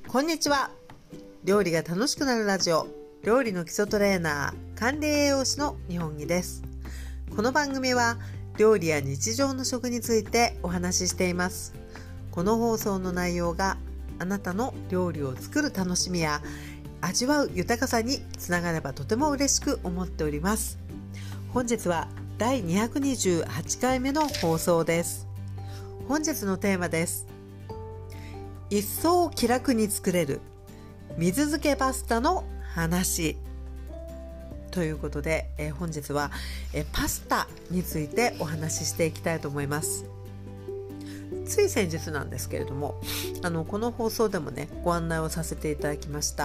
こんにちは。料理が楽しくなるラジオ、料理の基礎トレーナー、管理栄養士の日本木です。この番組は料理や日常の食についてお話ししています。この放送の内容があなたの料理を作る楽しみや味わう豊かさにつながればとても嬉しく思っております。本日は第228回目の放送です。本日のテーマです。一層気楽に作れる水漬けパスタの話ということで、本日は、パスタについてお話ししていきたいと思います。つい先日なんですけれども、この放送でもねご案内をさせていただきました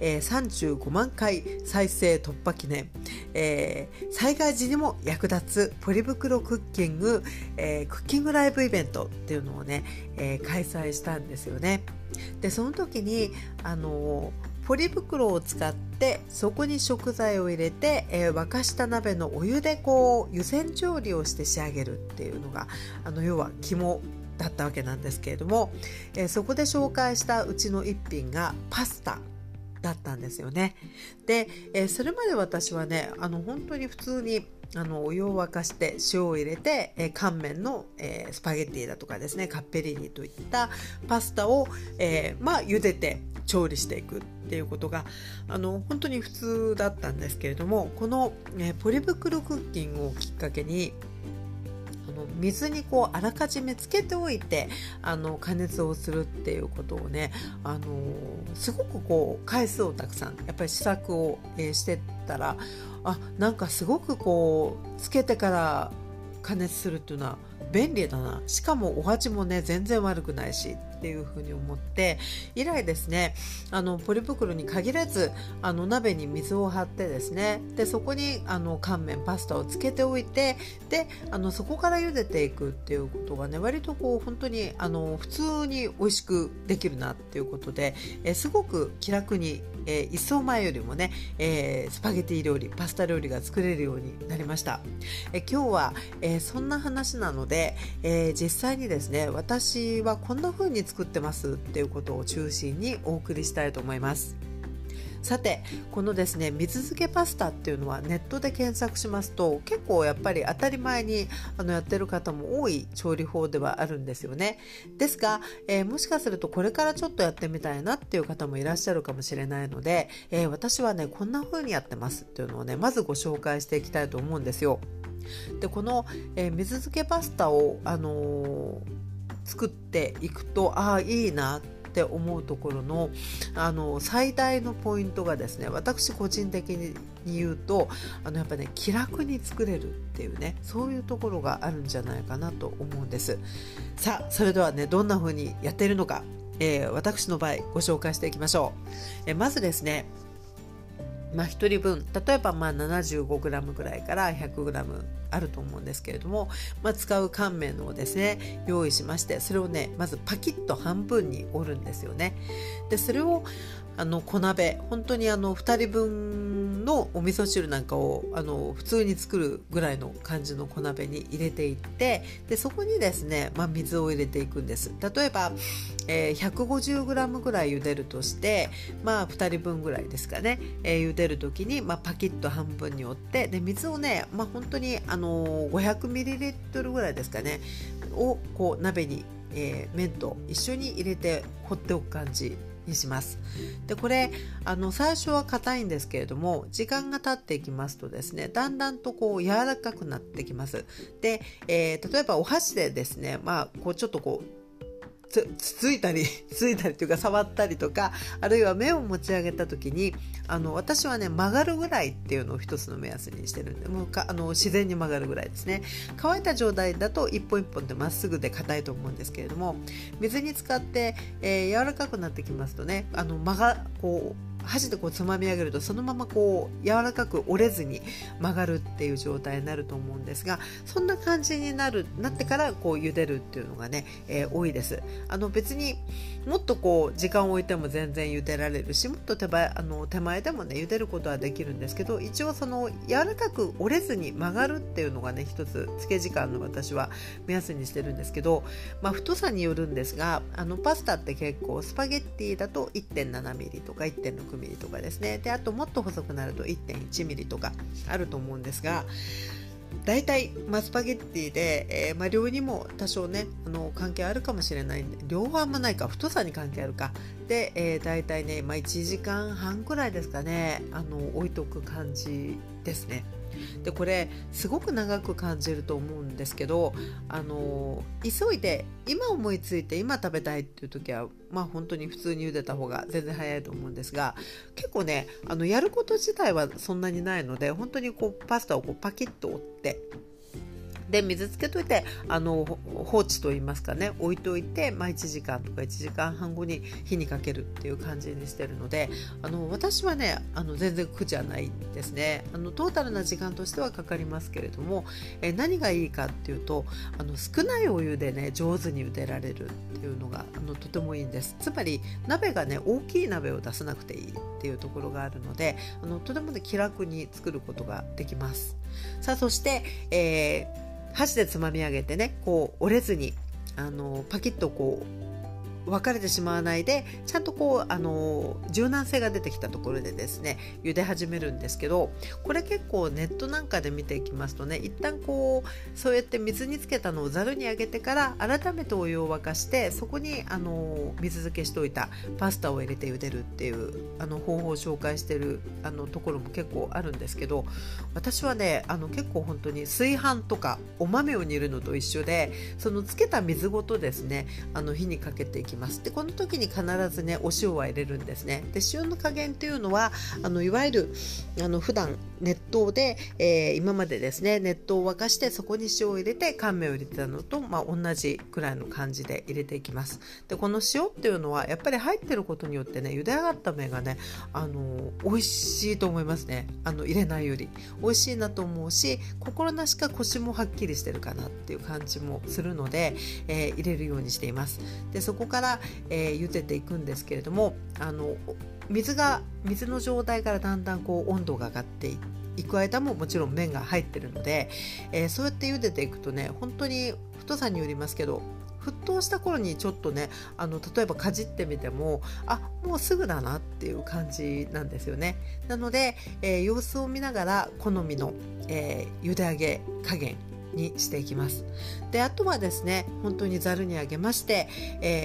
、35万回再生突破記念、災害時にも役立つポリ袋クッキング、クッキングライブイベントっていうのをね、開催したんですよね。でその時にポリ袋を使ってそこに食材を入れて、沸かした鍋のお湯で湯煎調理をして仕上げるっていうのが要は肝だったわけなんですけれども、そこで紹介したうちの一品がパスタだったんですよね。で、それまで私はね本当に普通にお湯を沸かして塩を入れて、乾麺の、スパゲッティだとかですねカッペリーニといったパスタを、茹でて調理していくっていうことが本当に普通だったんですけれども、この、ポリ袋クッキングをきっかけに水にあらかじめつけておいて加熱をするっていうことをねすごく回数をたくさんやっぱり試作を、してったらなんかすごくつけてから加熱するっていうのは便利だな、しかもお味もね全然悪くないしっていうふうに思って以来ですねポリ袋に限らず鍋に水を張ってですね、でそこに乾麺パスタをつけておいて、でそこから茹でていくっていうことがね割と本当に普通に美味しくできるなっていうことで、すごく気楽に一層前よりもね、スパゲティ料理パスタ料理が作れるようになりました。今日は、そんな話なので、実際にですね私はこんな風に作ってますっていうことを中心にお送りしたいと思います。さてこのですね水漬けパスタっていうのはネットで検索しますと結構やっぱり当たり前にやってる方も多い調理法ではあるんですよね。ですが、もしかするとこれからちょっとやってみたいなっていう方もいらっしゃるかもしれないので、私はねこんな風にやってますっていうのをねまずご紹介していきたいと思うんですよ。でこの、水漬けパスタを、作っていくといいなって思うところの、最大のポイントがですね私個人的に言うとやっぱね気楽に作れるっていうねそういうところがあるんじゃないかなと思うんです。さあそれではねどんな風にやっているのか、私の場合ご紹介していきましょう。まずですね1人分例えば75g ぐらいから 100g あると思うんですけれども、使う乾麺をですね用意しまして、それをねまずパキッと半分に折るんですよね。でそれを小鍋本当に2人分のお味噌汁なんかを普通に作るぐらいの感じの小鍋に入れていって、でそこにですね、水を入れていくんです。例えば、150g ぐらい茹でるとして2人分ぐらいですかね、茹でる時に、パキッと半分に折って、で水をね、本当に500ml ぐらいですかねを鍋に、麺と一緒に入れて放っておく感じにします。でこれ最初は硬いんですけれども時間が経っていきますとですねだんだんと柔らかくなってきます。で、例えばお箸でですねちょっとつついたりというか触ったりとか、あるいは麺を持ち上げた時に私はね曲がるぐらいっていうのを一つの目安にしてるんで、もう自然に曲がるぐらいですね。乾いた状態だと一本一本ってまっすぐで硬いと思うんですけれども、水に浸かって、柔らかくなってきますとね箸でこうつまみ上げるとそのままこう柔らかく折れずに曲がるっていう状態になると思うんですが、そんな感じになってからこう茹でるっていうのがね、多いです。別にもっとこう時間を置いても全然茹でられるし、もっと手前でもね茹でることはできるんですけど、一応その柔らかく折れずに曲がるっていうのがね一つ漬け時間の私は目安にしてるんですけど、太さによるんですが、パスタって結構スパゲッティだと 1.7 ミリとか 1.6 ミリとかですね。であともっと細くなると 1.1 ミリとかあると思うんですが、だいたいスパゲッティで、量にも多少ね関係あるかもしれないんで、量はあんまないか、太さに関係あるかで、だいたいね、1時間半くらいですかね、置いとく感じですね。でこれすごく長く感じると思うんですけど、急いで今思いついて今食べたいっていう時は本当に普通に茹でた方が全然早いと思うんですが、結構ねやること自体はそんなにないので、本当にこうパスタをこうパキッと折ってで水つけといて放置といいますかね、置いといて、1時間とか1時間半後に火にかけるっていう感じにしてるので、私はね全然苦じゃないですね。トータルな時間としてはかかりますけれども、何がいいかっていうと少ないお湯でね上手に茹でられるっていうのがとてもいいんです。つまり鍋がね大きい鍋を出さなくていいっていうところがあるので、とてもね気楽に作ることができます。さあそして、箸でつまみ上げてねこう折れずにパキッとこう分かれてしまわないで、ちゃんとこう柔軟性が出てきたところでですね茹で始めるんですけど、これ結構ネットなんかで見ていきますとね、一旦こうそうやって水につけたのをざるにあげてから改めてお湯を沸かして、そこに水漬けしておいたパスタを入れて茹でるっていう方法を紹介してるところも結構あるんですけど、私はね結構本当に炊飯とかお豆を煮るのと一緒で、そのつけた水ごとですね火にかけていきます。でこの時に必ずねお塩は入れるんですね。で塩の加減というのはいわゆる普段熱湯で、今までですね熱湯を沸かしてそこに塩を入れて乾麺を入れてたのと、同じくらいの感じで入れていきます。でこの塩っていうのはやっぱり入ってることによってね茹で上がった麺がね美味しいと思いますね。入れないより美味しいなと思うし、心なしかコシもはっきりしてるかなっていう感じもするので、入れるようにしています。でそこから、茹でていくんですけれども、水の状態からだんだんこう温度が上がっていく間ももちろん麺が入ってるので、そうやって茹でていくとね本当に太さによりますけど、沸騰した頃にちょっとね例えばかじってみてももうすぐだなっていう感じなんですよね。なので、様子を見ながら好みの、茹で上げ加減にしていきます。であとはですね本当にざるにあげまして、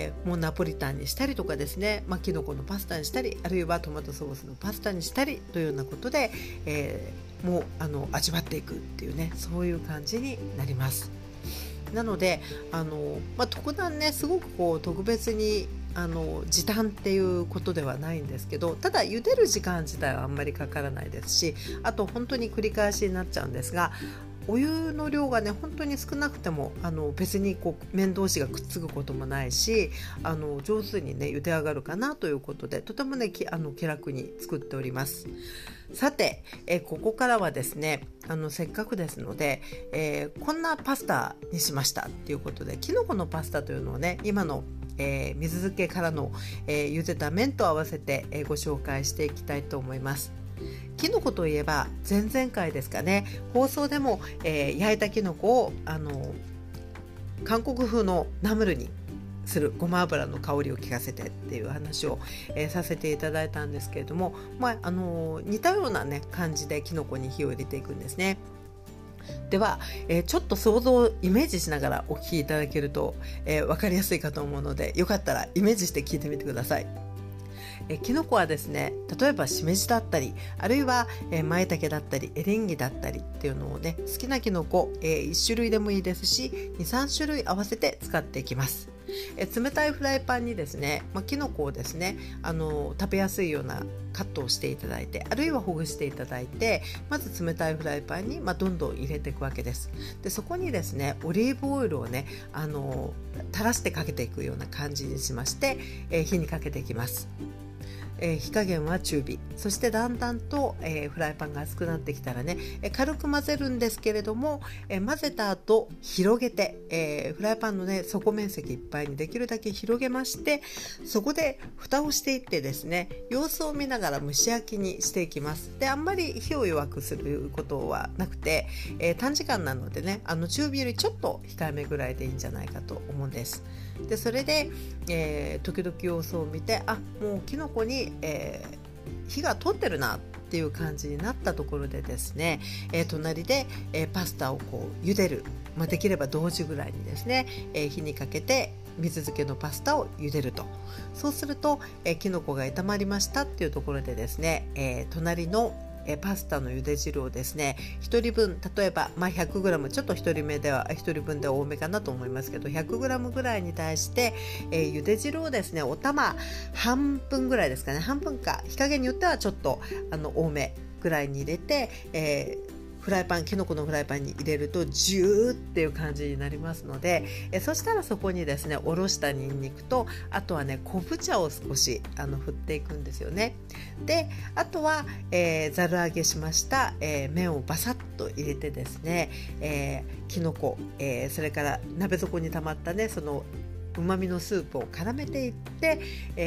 もうナポリタンにしたりとかですね、きのこのパスタにしたり、あるいはトマトソースのパスタにしたりというようなことで、もう味わっていくっていうね、そういう感じになります。なので特段ねすごくこう特別に時短っていうことではないんですけど、ただ茹でる時間自体はあんまりかからないですし、あと本当に繰り返しになっちゃうんですが、お湯の量がね本当に少なくても別にこう麺同士がくっつくこともないし上手にね茹で上がるかなということで、とてもね気楽に作っております。さて、ここからはですねせっかくですので、こんなパスタにしましたっていうことで、きのこのパスタというのをね今の水漬けからの、茹でた麺と合わせて、ご紹介していきたいと思います。きのこといえば前々回ですかね放送でも、焼いたきのこを韓国風のナムルにするごま油の香りを効かせてっていう話を、させていただいたんですけれども、似たような、ね、感じできのこに火を入れていくんですね。では、ちょっと想像イメージしながらお聞きいただけると、分かりやすいかと思うので、よかったらイメージして聞いてみてください。きのこはですね例えばしめじだったり、あるいは舞茸だったりエリンギだったりっていうのをね好きなきのこ、1種類でもいいですし 2,3 種類合わせて使っていきます。冷たいフライパンにですね、きのこをですね食べやすいようなカットをしていただいて、あるいはほぐしていただいて、まず冷たいフライパンに、どんどん入れていくわけです。でそこにですねオリーブオイルをね垂らしてかけていくような感じにしまして、火にかけていきます。 火加減は中火、そしてだんだんと、フライパンが熱くなってきたらね、軽く混ぜるんですけれども、混ぜた後広げて、フライパンのね底面積いっぱいにできるだけ広げまして、そこで蓋をしていってですね、様子を見ながら蒸し焼きにしていきます。で、あんまり火を弱くすることはなくて、短時間なのでね、中火よりちょっと控えめぐらいでいいんじゃないかと思うんです。でそれで、時々様子を見て、もうきのこに、火が通ってるなっていう感じになったところでですね、隣で、パスタをこう茹でる、できれば同時ぐらいにですね、火にかけて水漬けのパスタを茹でると。そうすると、きのこが炒まりましたっていうところでですね、隣のパスタの茹で汁をですね、1人分、例えば、100g、 ちょっと1人分では多めかなと思いますけど、 100g ぐらいに対して、茹で汁をですね、お玉半分ぐらいですかね、半分か、火加減によってはちょっと多めぐらいに入れて、きのこのフライパンに入れるとジューっていう感じになりますので、そしたらそこにですね、おろしたにんにくと、あとはね昆布茶を少し振っていくんですよね。であとは、ざる揚げしました、麺をバサッと入れてですね、きのこ、それから鍋底に溜まったね、そのうまみのスープを絡めていって、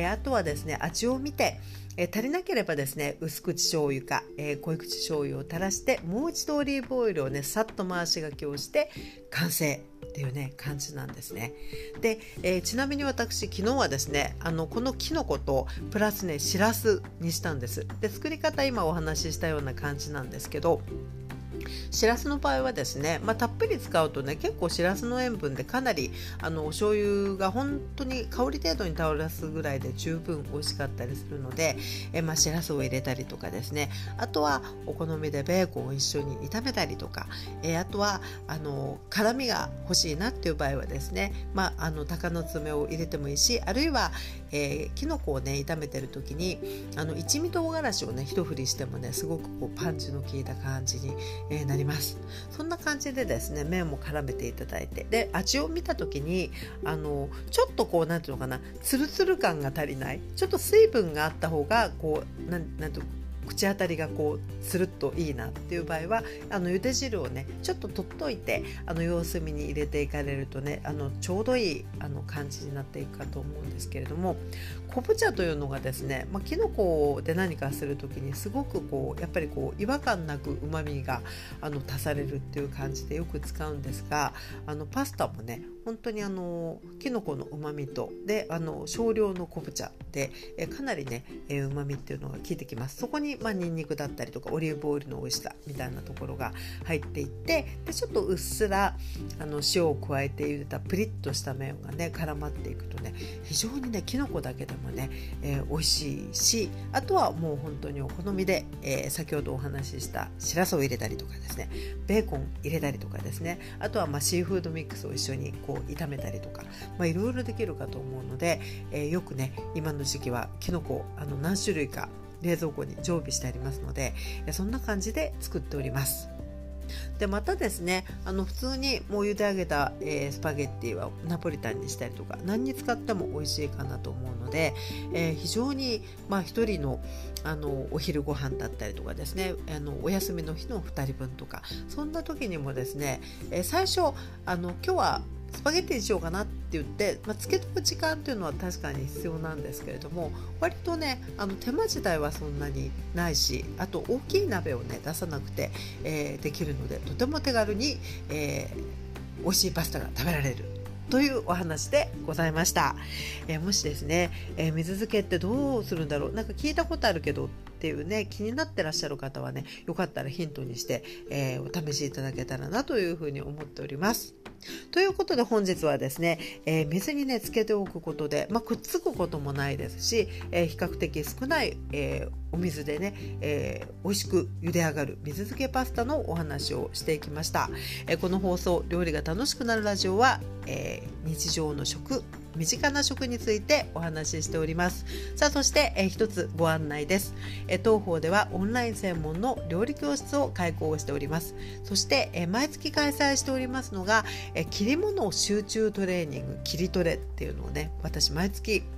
あとはですね、味を見て、足りなければですね、薄口醤油か、濃い口醤油を垂らして、もう一度オリーブオイルをねさっと回しがけをして完成っていうね感じなんですね。で、ちなみに私昨日はですね、このきのことプラスねしらすにしたんです。で作り方今お話ししたような感じなんですけど、しらすの場合はですね、たっぷり使うとね、結構しらすの塩分でかなりお醤油が本当に香り程度に垂らすぐらいで十分美味しかったりするので、しらすを入れたりとかですね、あとはお好みでベーコンを一緒に炒めたりとか、あとは辛みが欲しいなっていう場合はですね、鷹の爪を入れてもいいし、あるいは、きのこをね炒めてる時に一味唐辛子をね一振りしてもね、すごくこうパンチの効いた感じになります。そんな感じでですね、麺も絡めていただいて、で味を見た時にちょっとこうなんていうのかな、ツルツル感が足りない、ちょっと水分があった方がこうなんていう口当たりがこうつるっといいなっていう場合は茹で汁をねちょっと取っといて様子見に入れていかれるとねちょうどいい感じになっていくかと思うんですけれども、昆布茶というのがですね、きのこで何かする時にすごくこうやっぱりこう違和感なくうまみが足されるっていう感じでよく使うんですが、パスタもね本当にきのこのうまみとで少量の昆布茶でかなりねうまみっていうのが効いてきます。そこにニンニクだったりとかオリーブオイルの美味しさみたいなところが入っていって、でちょっとうっすら塩を加えて茹でたプリッとした麺がね絡まっていくとね、非常にねきのこだけでもね、美味しいし、あとはもう本当にお好みで、先ほどお話ししたしらすを入れたりとかですね、ベーコン入れたりとかですね、あとはシーフードミックスを一緒にこう炒めたりとか、いろいろできるかと思うので、よくね今の時期はきのこ何種類か冷蔵庫に常備してありますので、そんな感じで作っております。でまたですね普通にもう茹で上げた、スパゲッティはナポリタンにしたりとか何に使っても美味しいかなと思うので、非常に一人のお昼ご飯だったりとかですね、お休みの日の2人分とか、そんな時にもですね、最初今日はスパゲッティにしようかなって言って、つけとく時間っていうのは確かに必要なんですけれども、割とね手間自体はそんなにないし、あと大きい鍋をね出さなくて、できるのでとても手軽に、美味しいパスタが食べられるというお話でございました。もしですね、水漬けってどうするんだろう、なんか聞いたことあるけどっていうね気になってらっしゃる方はね、よかったらヒントにして、お試しいただけたらなというふうに思っております。ということで本日はですね、水にねつけておくことで、くっつくこともないですし、比較的少ない、お水でね、美味しく茹で上がる水漬けパスタのお話をしていきました。この放送料理が楽しくなるラジオは、日常の食、身近な食についてお話ししております。さあそして、一つご案内です。当方ではオンライン専門の料理教室を開講しております。そして、毎月開催しておりますのが、切り物集中トレーニング、切りトレっていうのをね私毎月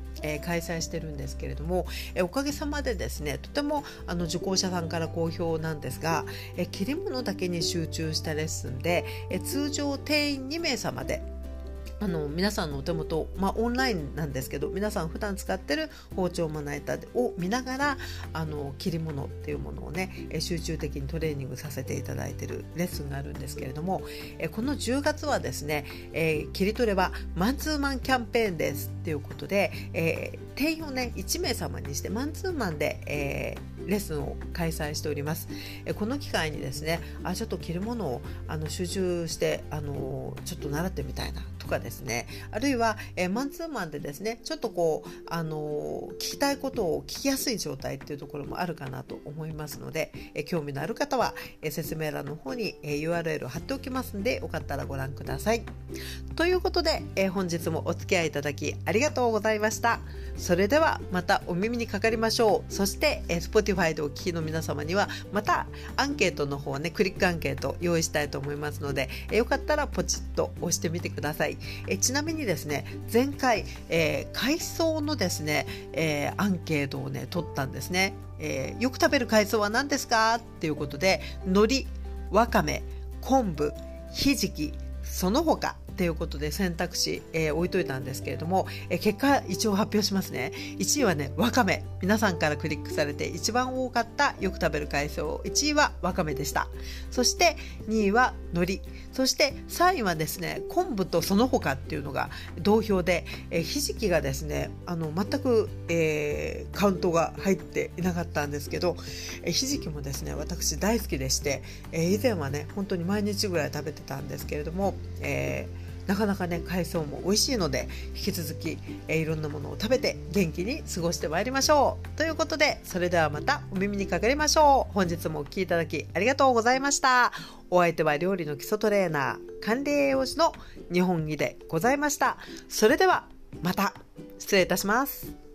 開催してるんですけれども、おかげさまでですね、とても受講者さんから好評なんですが、切り物だけに集中したレッスンで、通常定員2名様で皆さんのお手元、オンラインなんですけど、皆さん普段使ってる包丁まな板を見ながら切り物っていうものをね、集中的にトレーニングさせていただいているレッスンがあるんですけれども、この10月はですね、切り取ればマンツーマンキャンペーンですっていうことで、定員をね1名様にしてマンツーマンで、レッスンを開催しております。この機会にですね、ちょっと切るものを集中してちょっと習ってみたいなとかですね、あるいは、マンツーマンでですね、ちょっとこう聞きたいことを聞きやすい状態っていうところもあるかなと思いますので、興味のある方は、説明欄の方に、URL を貼っておきますので、よかったらご覧ください。ということで、本日もお付き合いいただきありがとうございました。それではまたお耳にかかりましょう。そして、Spotify でお聞きの皆様にはまたアンケートの方ね、クリックアンケート用意したいと思いますので、よかったらポチッと押してみてください。ちなみにですね、前回、海藻のですね、アンケートをね取ったんですね。よく食べる海藻は何ですかっていうことで、海苔、わかめ、昆布、ひじき、その他ということで選択肢、置いといたんですけれども、結果一応発表しますね。1位はね、わかめ。皆さんからクリックされて一番多かったよく食べる海藻、1位はわかめでした。そして2位は海苔、そして3位はですね、昆布とその他っていうのが同票で、ひじきがですね全く、カウントが入っていなかったんですけど、ひじきもですね私大好きでして、以前はね本当に毎日ぐらい食べてたんですけれども、なかなかね海藻も美味しいので、引き続き、いろんなものを食べて元気に過ごしてまいりましょうということで、それではまたお耳にかかりましょう。本日もお聞きいただきありがとうございました。お相手は料理の基礎トレーナー、管理栄養士の日本木でございました。それではまた失礼いたします。